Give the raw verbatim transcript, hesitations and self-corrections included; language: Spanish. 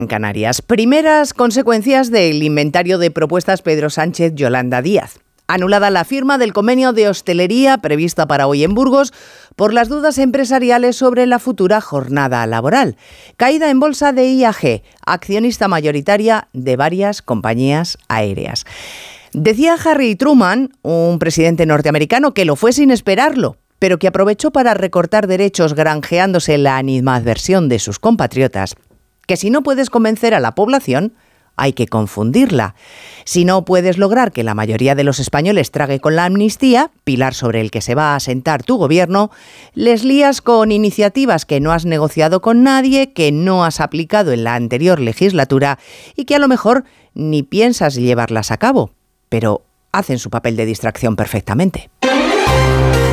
en Canarias. Primeras consecuencias del inventario de propuestas Pedro Sánchez-Yolanda Díaz. Anulada la firma del convenio de hostelería prevista para hoy en Burgos por las dudas empresariales sobre la futura jornada laboral. Caída en bolsa de I A G, accionista mayoritaria de varias compañías aéreas. Decía Harry Truman, un presidente norteamericano, que lo fue sin esperarlo, pero que aprovechó para recortar derechos granjeándose la animadversión de sus compatriotas, que si no puedes convencer a la población, hay que confundirla. Si no puedes lograr que la mayoría de los españoles trague con la amnistía, pilar sobre el que se va a asentar tu gobierno, les lías con iniciativas que no has negociado con nadie, que no has aplicado en la anterior legislatura y que a lo mejor ni piensas llevarlas a cabo, pero hacen su papel de distracción perfectamente.